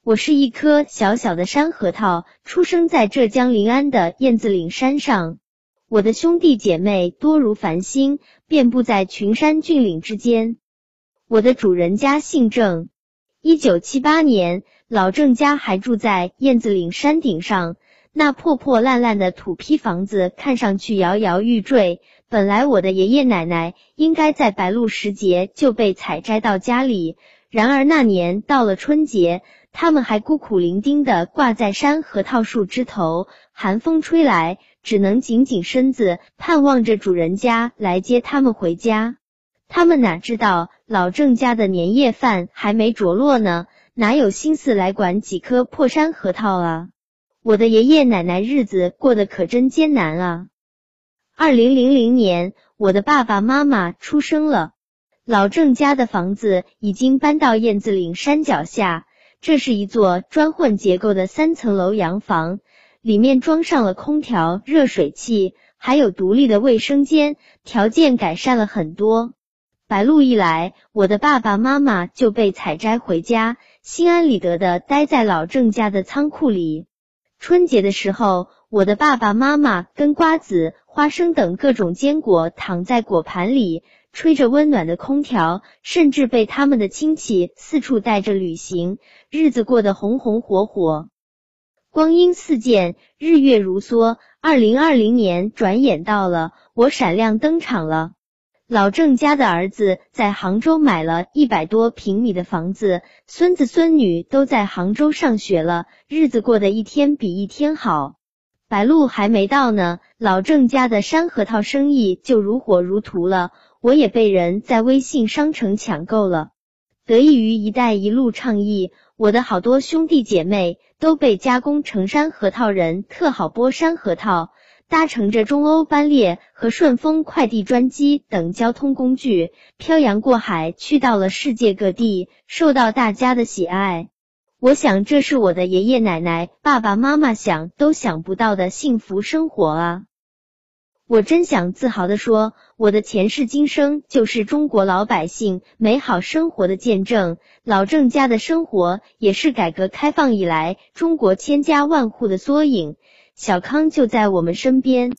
我是一棵小小的山核桃，出生在浙江临安的燕子岭山上。我的兄弟姐妹多如繁星，遍布在群山峻岭之间。我的主人家姓郑。1978年，老郑家还住在燕子岭山顶上，那破破烂烂的土坯房子看上去摇摇欲坠。本来我的爷爷奶奶应该在白露时节就被采摘到家里，然而那年到了春节，他们还孤苦伶仃地挂在山核桃树枝头，寒风吹来，只能紧紧身子，盼望着主人家来接他们回家。他们哪知道老郑家的年夜饭还没着落呢，哪有心思来管几棵破山核桃啊？我的爷爷奶奶日子过得可真艰难啊。2000年，我的爸爸妈妈出生了。老郑家的房子已经搬到燕子岭山脚下，这是一座砖混结构的3层楼洋房，里面装上了空调、热水器，还有独立的卫生间，条件改善了很多。白露一来，我的爸爸妈妈就被采摘回家，心安理得地待在老郑家的仓库里。春节的时候，我的爸爸妈妈跟瓜子、花生等各种坚果躺在果盘里，吹着温暖的空调，甚至被他们的亲戚四处带着旅行，日子过得红红火火。光阴似箭，日月如梭，2020年转眼到了，我闪亮登场了。老郑家的儿子在杭州买了100多平米的房子，孙子孙女都在杭州上学了，日子过得一天比一天好。白露还没到呢，老郑家的山核桃生意就如火如荼了，我也被人在微信商城抢购了。得益于一带一路倡议，我的好多兄弟姐妹都被加工成山核桃仁，特好剥山核桃，搭乘着中欧班列和顺丰快递专机等交通工具，漂洋过海去到了世界各地，受到大家的喜爱。我想这是我的爷爷奶奶、爸爸妈妈想都想不到的幸福生活啊！我真想自豪地说，我的前世今生就是中国老百姓美好生活的见证。老郑家的生活也是改革开放以来中国千家万户的缩影。小康就在我们身边。